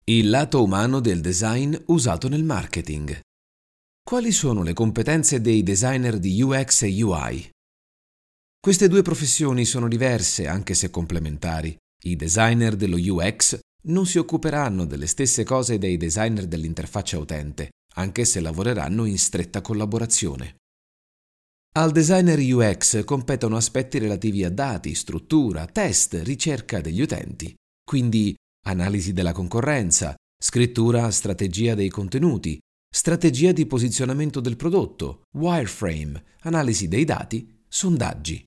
Il lato umano del design usato nel marketing. Quali sono le competenze dei designer di UX e UI? Queste due professioni sono diverse anche se complementari. I designer dello UX non si occuperanno delle stesse cose dei designer dell'interfaccia utente, anche se lavoreranno in stretta collaborazione. Al designer UX competono aspetti relativi a dati, struttura, test, ricerca degli utenti, quindi analisi della concorrenza, scrittura, strategia dei contenuti, strategia di posizionamento del prodotto, wireframe, analisi dei dati, sondaggi.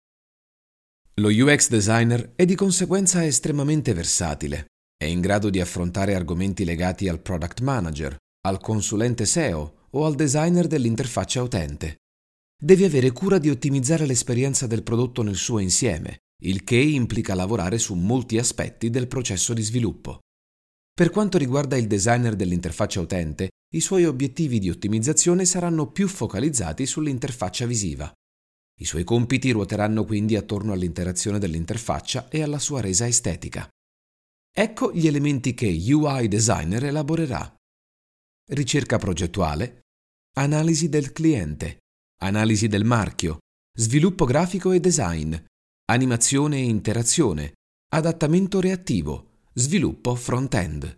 Lo UX designer è di conseguenza estremamente versatile. È in grado di affrontare argomenti legati al product manager, al consulente SEO o al designer dell'interfaccia utente. Deve avere cura di ottimizzare l'esperienza del prodotto nel suo insieme, il che implica lavorare su molti aspetti del processo di sviluppo. Per quanto riguarda il designer dell'interfaccia utente, i suoi obiettivi di ottimizzazione saranno più focalizzati sull'interfaccia visiva. I suoi compiti ruoteranno quindi attorno all'interazione dell'interfaccia e alla sua resa estetica. Ecco gli elementi che UI designer elaborerà: ricerca progettuale, analisi del cliente, analisi del marchio, sviluppo grafico e design, animazione e interazione, adattamento reattivo, sviluppo front-end.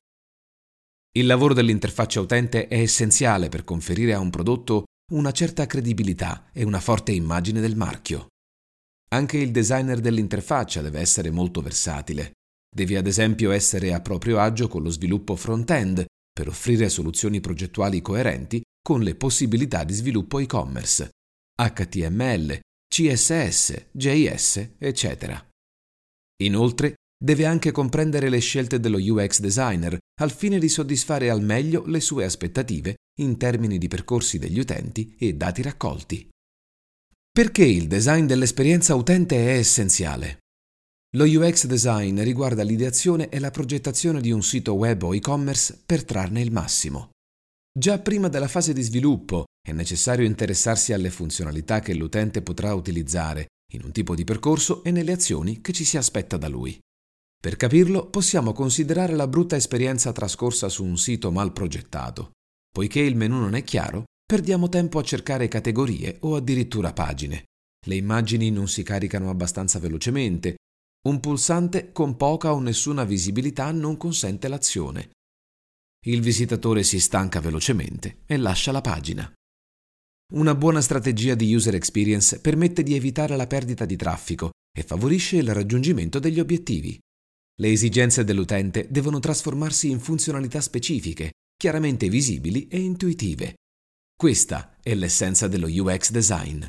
Il lavoro dell'interfaccia utente è essenziale per conferire a un prodotto una certa credibilità e una forte immagine del marchio. Anche il designer dell'interfaccia deve essere molto versatile. Deve ad esempio essere a proprio agio con lo sviluppo front-end per offrire soluzioni progettuali coerenti con le possibilità di sviluppo e-commerce, HTML, CSS, JS, eccetera. Inoltre, deve anche comprendere le scelte dello UX designer al fine di soddisfare al meglio le sue aspettative in termini di percorsi degli utenti e dati raccolti. Perché il design dell'esperienza utente è essenziale? Lo UX design riguarda l'ideazione e la progettazione di un sito web o e-commerce per trarne il massimo. Già prima della fase di sviluppo è necessario interessarsi alle funzionalità che l'utente potrà utilizzare in un tipo di percorso e nelle azioni che ci si aspetta da lui. Per capirlo, possiamo considerare la brutta esperienza trascorsa su un sito mal progettato. Poiché il menu non è chiaro, perdiamo tempo a cercare categorie o addirittura pagine. Le immagini non si caricano abbastanza velocemente. Un pulsante con poca o nessuna visibilità non consente l'azione. Il visitatore si stanca velocemente e lascia la pagina. Una buona strategia di user experience permette di evitare la perdita di traffico e favorisce il raggiungimento degli obiettivi. Le esigenze dell'utente devono trasformarsi in funzionalità specifiche, chiaramente visibili e intuitive. Questa è l'essenza dello UX design.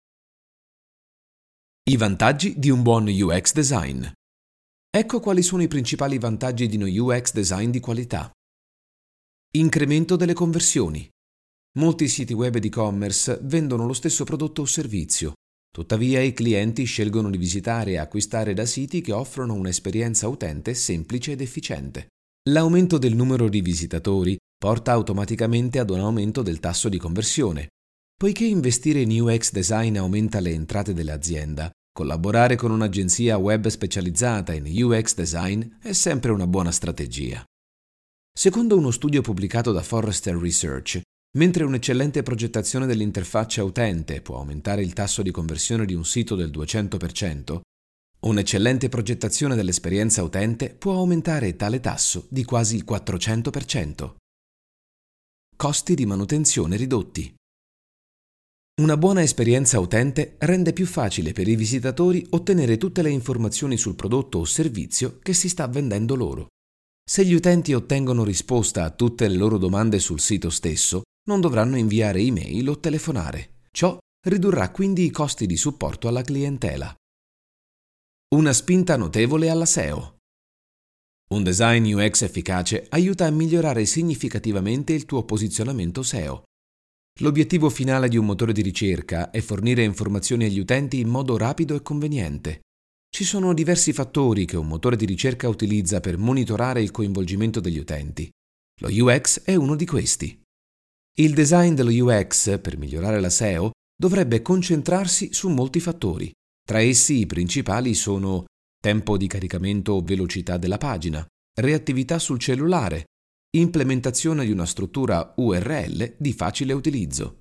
I vantaggi di un buon UX design. Ecco quali sono i principali vantaggi di uno UX design di qualità. Incremento delle conversioni. Molti siti web di e-commerce vendono lo stesso prodotto o servizio. Tuttavia i clienti scelgono di visitare e acquistare da siti che offrono un'esperienza utente semplice ed efficiente. L'aumento del numero di visitatori porta automaticamente ad un aumento del tasso di conversione. Poiché investire in UX design aumenta le entrate dell'azienda, collaborare con un'agenzia web specializzata in UX design è sempre una buona strategia. Secondo uno studio pubblicato da Forrester Research, mentre un'eccellente progettazione dell'interfaccia utente può aumentare il tasso di conversione di un sito del 200%, un'eccellente progettazione dell'esperienza utente può aumentare tale tasso di quasi il 400%. Costi di manutenzione ridotti. Una buona esperienza utente rende più facile per i visitatori ottenere tutte le informazioni sul prodotto o servizio che si sta vendendo loro. Se gli utenti ottengono risposta a tutte le loro domande sul sito stesso, non dovranno inviare email o telefonare. Ciò ridurrà quindi i costi di supporto alla clientela. Una spinta notevole alla SEO. Un design UX efficace aiuta a migliorare significativamente il tuo posizionamento SEO. L'obiettivo finale di un motore di ricerca è fornire informazioni agli utenti in modo rapido e conveniente. Ci sono diversi fattori che un motore di ricerca utilizza per monitorare il coinvolgimento degli utenti. Lo UX è uno di questi. Il design dello UX, per migliorare la SEO, dovrebbe concentrarsi su molti fattori. Tra essi i principali sono tempo di caricamento o velocità della pagina, reattività sul cellulare, implementazione di una struttura URL di facile utilizzo.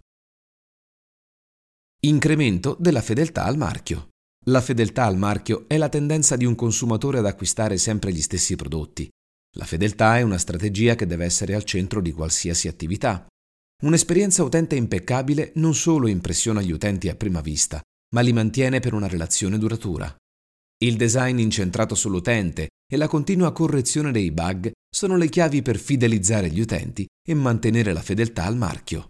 Incremento della fedeltà al marchio. La fedeltà al marchio è la tendenza di un consumatore ad acquistare sempre gli stessi prodotti. La fedeltà è una strategia che deve essere al centro di qualsiasi attività. Un'esperienza utente impeccabile non solo impressiona gli utenti a prima vista, ma li mantiene per una relazione duratura. Il design incentrato sull'utente e la continua correzione dei bug sono le chiavi per fidelizzare gli utenti e mantenere la fedeltà al marchio.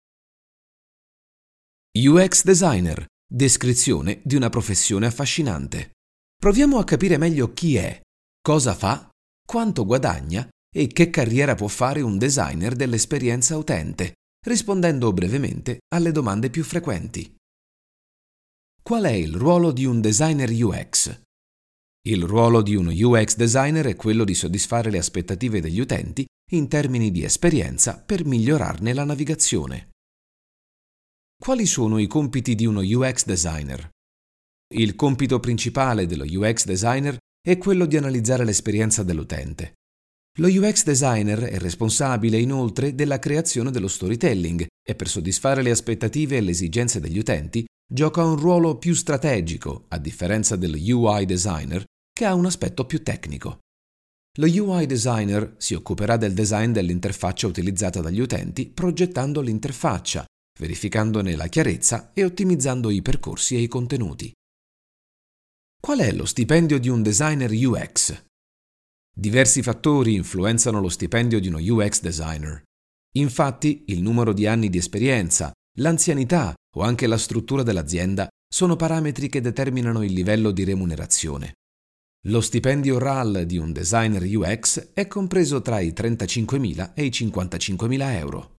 UX Designer, descrizione di una professione affascinante. Proviamo a capire meglio chi è, cosa fa, quanto guadagna e che carriera può fare un designer dell'esperienza utente, rispondendo brevemente alle domande più frequenti. Qual è il ruolo di un designer UX? Il ruolo di uno UX designer è quello di soddisfare le aspettative degli utenti in termini di esperienza per migliorarne la navigazione. Quali sono i compiti di uno UX designer? Il compito principale dello UX designer è quello di analizzare l'esperienza dell'utente. Lo UX designer è responsabile inoltre della creazione dello storytelling e per soddisfare le aspettative e le esigenze degli utenti gioca un ruolo più strategico, a differenza dello UI designer, che ha un aspetto più tecnico. Lo UI designer si occuperà del design dell'interfaccia utilizzata dagli utenti progettando l'interfaccia, verificandone la chiarezza e ottimizzando i percorsi e i contenuti. Qual è lo stipendio di un designer UX? Diversi fattori influenzano lo stipendio di uno UX designer. Infatti, il numero di anni di esperienza, l'anzianità o anche la struttura dell'azienda sono parametri che determinano il livello di remunerazione. Lo stipendio RAL di un designer UX è compreso tra i 35.000 e i 55.000 euro.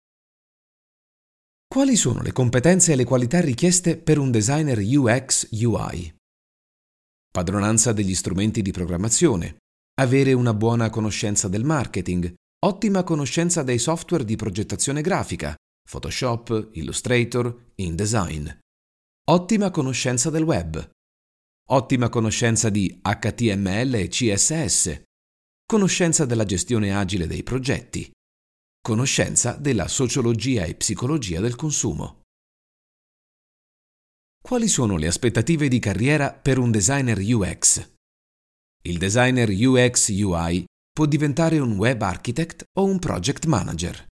Quali sono le competenze e le qualità richieste per un designer UX UI? Padronanza degli strumenti di programmazione, avere una buona conoscenza del marketing, ottima conoscenza dei software di progettazione grafica, Photoshop, Illustrator, InDesign, ottima conoscenza del web, ottima conoscenza di HTML e CSS, conoscenza della gestione agile dei progetti, conoscenza della sociologia e psicologia del consumo. Quali sono le aspettative di carriera per un designer UX? Il designer UX UI può diventare un web architect o un project manager.